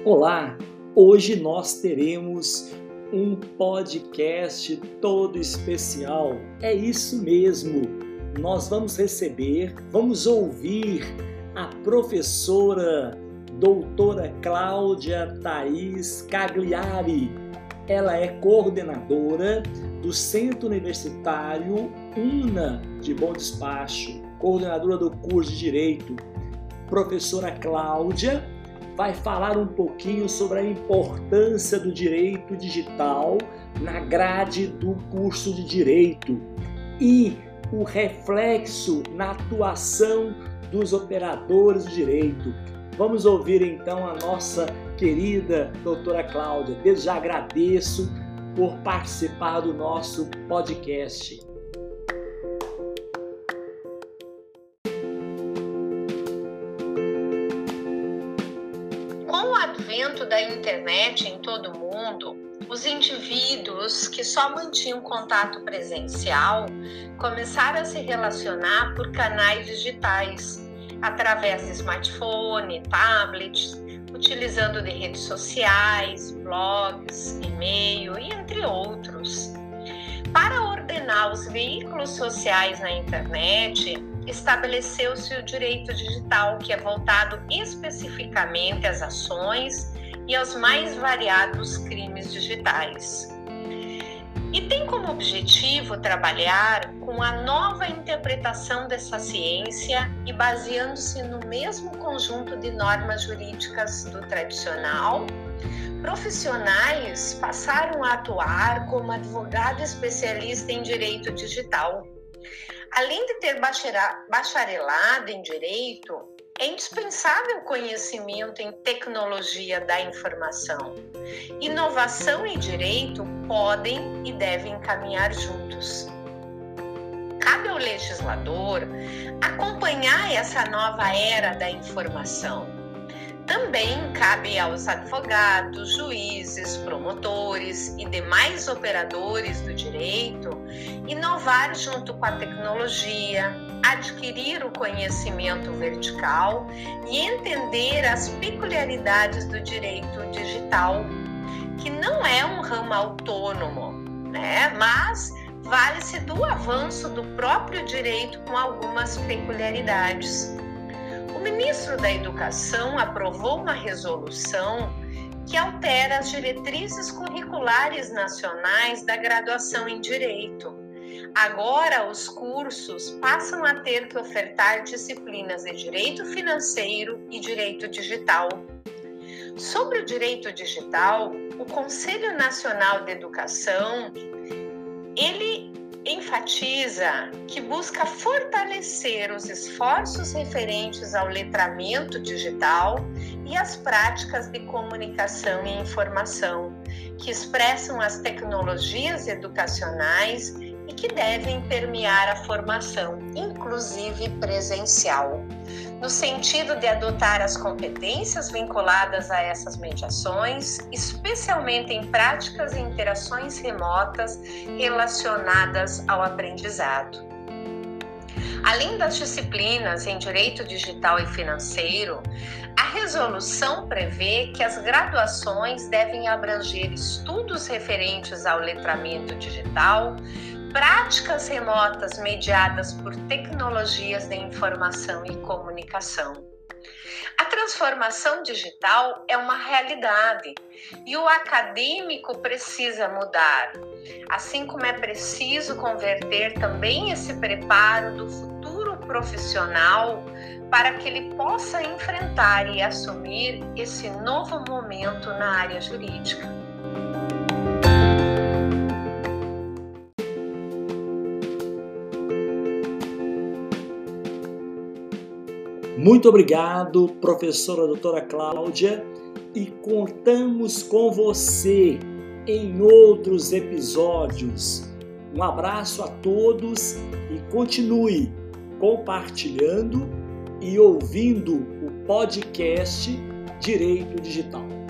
Olá! Hoje nós teremos um podcast todo especial. É isso mesmo! Nós vamos ouvir a professora doutora Cláudia Thaís Cagliari. Ela é coordenadora do Centro Universitário UNA de Bom Despacho, coordenadora do curso de Direito. Professora Cláudia vai falar um pouquinho sobre a importância do direito digital na grade do curso de Direito e o reflexo na atuação dos operadores do direito. Vamos ouvir então a nossa querida doutora Cláudia. Desde já agradeço por participar do nosso podcast. Com o advento da internet em todo o mundo, os indivíduos que só mantinham contato presencial começaram a se relacionar por canais digitais, através de smartphone, tablets, utilizando de redes sociais, blogs, e-mail e entre outros. Para ordenar os veículos sociais na internet, estabeleceu-se o direito digital, que é voltado especificamente às ações e aos mais variados crimes digitais. E tem como objetivo trabalhar com a nova interpretação dessa ciência e baseando-se no mesmo conjunto de normas jurídicas do tradicional. Profissionais passaram a atuar como advogado especialista em direito digital. Além de ter bacharelado em direito, é indispensável o conhecimento em tecnologia da informação. Inovação e direito podem e devem caminhar juntos. Cabe ao legislador acompanhar essa nova era da informação. Também cabe aos advogados, juízes, promotores e demais operadores do direito inovar junto com a tecnologia, adquirir o conhecimento vertical e entender as peculiaridades do direito digital, que não é um ramo autônomo, mas vale-se do avanço do próprio direito com algumas peculiaridades. O ministro da Educação aprovou uma resolução que altera as diretrizes curriculares nacionais da graduação em Direito. Agora, os cursos passam a ter que ofertar disciplinas de Direito Financeiro e Direito Digital. Sobre o direito digital, o Conselho Nacional de Educação, ele enfatiza que busca fortalecer os esforços referentes ao letramento digital e as práticas de comunicação e informação, que expressam as tecnologias educacionais e que devem permear a formação, inclusive presencial, no sentido de adotar as competências vinculadas a essas mediações, especialmente em práticas e interações remotas relacionadas ao aprendizado. Além das disciplinas em Direito Digital e Financeiro, a resolução prevê que as graduações devem abranger estudos referentes ao letramento digital, práticas remotas mediadas por tecnologias de informação e comunicação. A transformação digital é uma realidade e o acadêmico precisa mudar, assim como é preciso converter também esse preparo do futuro profissional para que ele possa enfrentar e assumir esse novo momento na área jurídica. Muito obrigado, professora doutora Cláudia, e contamos com você em outros episódios. Um abraço a todos e continue compartilhando e ouvindo o podcast Direito Digital.